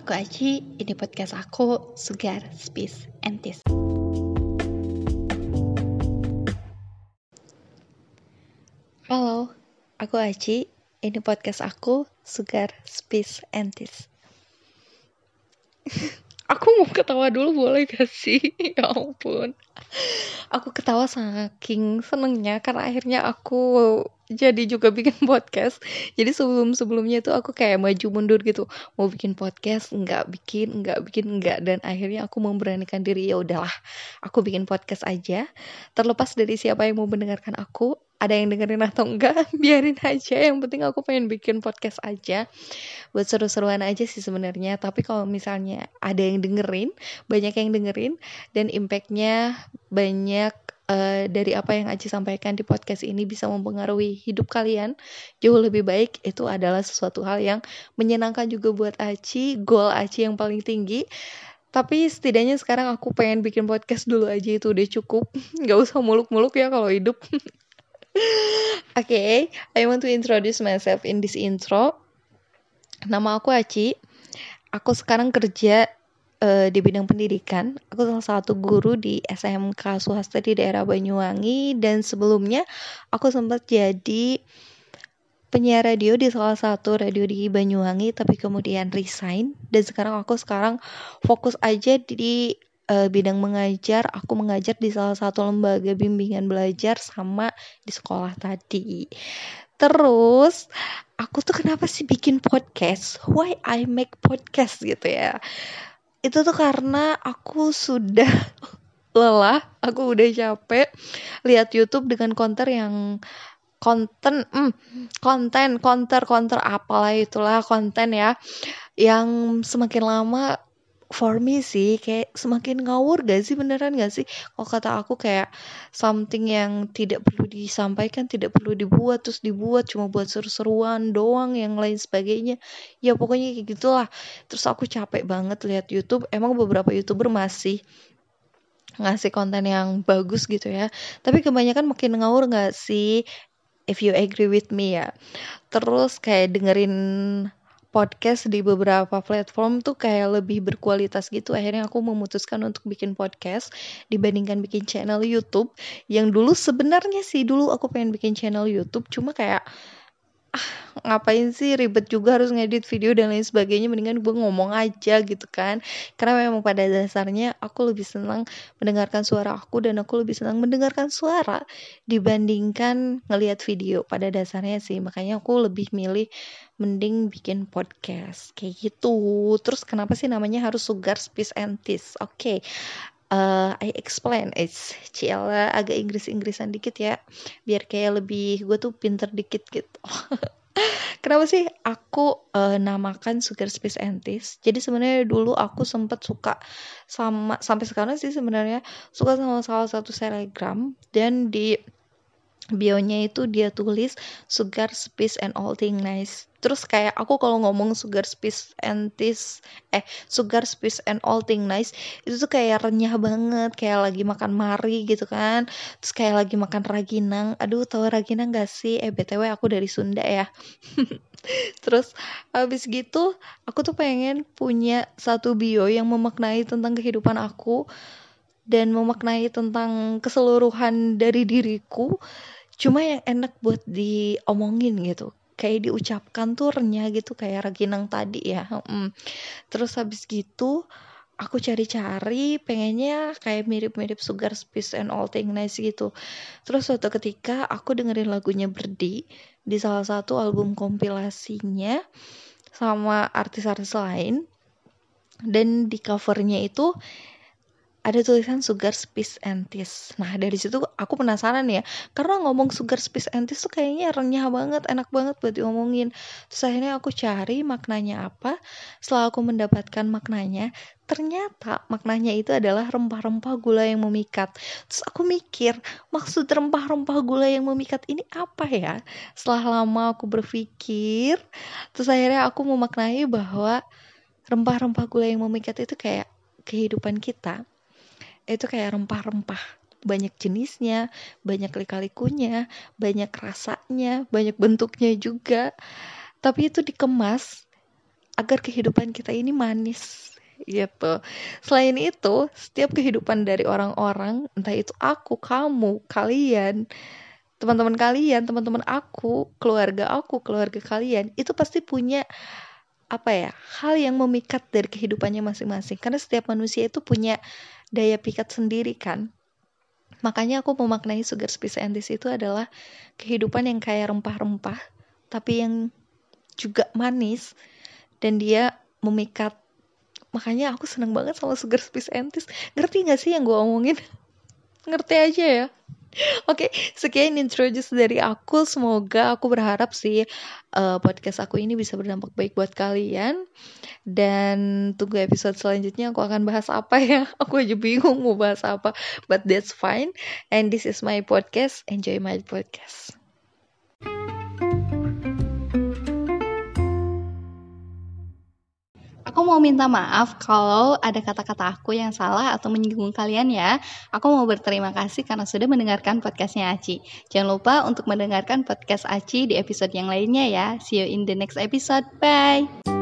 Aku Aci, ini podcast aku, Sugar, Space, and Tis. Halo, aku Aci, ini podcast aku, Sugar, Space, and Tis. Aku mau ketawa dulu boleh gak sih? Ya ampun. Aku ketawa saking senengnya karena akhirnya aku jadi juga bikin podcast. Jadi sebelumnya itu aku kayak maju mundur gitu. Mau bikin podcast, enggak bikin, enggak. Dan akhirnya aku memberanikan diri, ya udahlah. Aku bikin podcast aja. Terlepas dari siapa yang mau mendengarkan aku, ada yang dengerin atau enggak, biarin aja. Yang penting aku pengen bikin podcast aja. Buat seru-seruan aja sih sebenarnya. Tapi kalau misalnya ada yang dengerin, banyak yang dengerin, dan impactnya banyak dari apa yang Aci sampaikan di podcast ini bisa mempengaruhi hidup kalian jauh lebih baik, itu adalah sesuatu hal yang menyenangkan juga buat Aci, goal Aci yang paling tinggi. Tapi setidaknya sekarang aku pengen bikin podcast dulu aja, itu udah cukup. Gak usah muluk-muluk ya kalau hidup. Okay, I want to introduce myself in this intro. Nama aku Aci. Aku sekarang kerja di bidang pendidikan. Aku salah satu guru di SMK swasta di daerah Banyuwangi, dan sebelumnya aku sempat jadi penyiar radio di salah satu radio di Banyuwangi, tapi kemudian resign, dan sekarang fokus aja di bidang mengajar. Aku mengajar di salah satu lembaga bimbingan belajar sama di sekolah tadi. Terus aku tuh kenapa sih bikin podcast? Why I make podcast gitu ya? Itu tuh karena aku sudah lelah, aku udah capek lihat YouTube dengan konten apalah itulah konten ya, yang semakin lama for me sih kayak semakin ngawur gak sih, beneran gak sih kalau kata aku, kayak something yang tidak perlu disampaikan, tidak perlu dibuat, terus dibuat cuma buat seru-seruan doang, yang lain sebagainya, ya pokoknya kayak gitulah. Terus aku capek banget lihat YouTube. Emang beberapa YouTuber masih ngasih konten yang bagus gitu ya, tapi kebanyakan makin ngawur gak sih, if you agree with me ya. Terus kayak dengerin podcast di beberapa platform tuh kayak lebih berkualitas gitu. Akhirnya aku memutuskan untuk bikin podcast dibandingkan bikin channel YouTube, yang dulu sebenarnya sih dulu aku pengen bikin channel YouTube, cuma kayak ngapain sih ribet juga harus ngedit video dan lain sebagainya, mendingan gue ngomong aja gitu kan. Karena memang pada dasarnya aku lebih senang mendengarkan suara aku, dan aku lebih senang mendengarkan suara dibandingkan ngelihat video pada dasarnya sih. Makanya aku lebih milih mending bikin podcast kayak gitu. Terus kenapa sih namanya harus Sugar, Space, and Tis? Oke. I explain, it's Ciela agak Inggris-Inggrisan dikit ya, biar kayak lebih gue tuh pinter dikit gitu. Kenapa sih aku namakan Sugar, Space, and Tis? Jadi sebenarnya dulu aku sempat suka sama, sampai sekarang sih sebenarnya suka sama salah satu selebgram, dan di bio-nya itu dia tulis Sugar, Space, and all thing nice. Terus kayak aku kalau ngomong Sugar, Space, and Tis, Sugar, Space, and all thing nice, itu tuh kayak renyah banget, kayak lagi makan mari gitu kan. Terus kayak lagi makan raginang. Aduh, tahu raginang gak sih? BTW aku dari Sunda ya. Terus habis gitu aku tuh pengen punya satu bio yang memaknai tentang kehidupan aku dan memaknai tentang keseluruhan dari diriku, cuma yang enak buat diomongin gitu, kayak diucapkan tuh renyah gitu, kayak raginang tadi ya. Terus habis gitu aku cari-cari pengennya kayak mirip-mirip Sugar, Space, and all thing nice gitu. Terus suatu ketika aku dengerin lagunya Berdi di salah satu album kompilasinya sama artis-artis lain, dan di covernya itu ada tulisan Sugar, Space, and Tis. Nah dari situ aku penasaran ya, karena ngomong Sugar, Space, and Tis tuh kayaknya renyah banget, enak banget buat diomongin. Terus akhirnya aku cari maknanya apa. Setelah aku mendapatkan maknanya, ternyata maknanya itu adalah rempah-rempah gula yang memikat. Terus aku mikir, maksud rempah-rempah gula yang memikat ini apa ya? Setelah lama aku berpikir, terus akhirnya aku memaknai bahwa rempah-rempah gula yang memikat itu kayak kehidupan kita. Itu kayak rempah-rempah, banyak jenisnya, banyak lika-likunya, banyak rasanya, banyak bentuknya juga, tapi itu dikemas agar kehidupan kita ini manis gitu. Selain itu, setiap kehidupan dari orang-orang, entah itu aku, kamu, kalian, teman-teman aku, keluarga kalian, itu pasti punya hal yang memikat dari kehidupannya masing-masing. Karena setiap manusia itu punya daya pikat sendiri kan. Makanya aku memaknai sugar scientist itu adalah kehidupan yang kayak rempah-rempah, tapi yang juga manis, dan dia memikat. Makanya aku seneng banget sama sugar scientist. Ngerti gak sih yang gue omongin? Ngerti aja ya. Oke, sekian introduce dari aku. Semoga, aku berharap sih podcast aku ini bisa berdampak baik buat kalian. Dan tunggu episode selanjutnya aku akan bahas apa ya. Aku aja bingung mau bahas apa. But that's fine. And this is my podcast. Enjoy my podcast. Aku mau minta maaf kalau ada kata-kata aku yang salah atau menyinggung kalian ya. Aku mau berterima kasih karena sudah mendengarkan podcastnya Aci. Jangan lupa untuk mendengarkan podcast Aci di episode yang lainnya ya. See you in the next episode. Bye!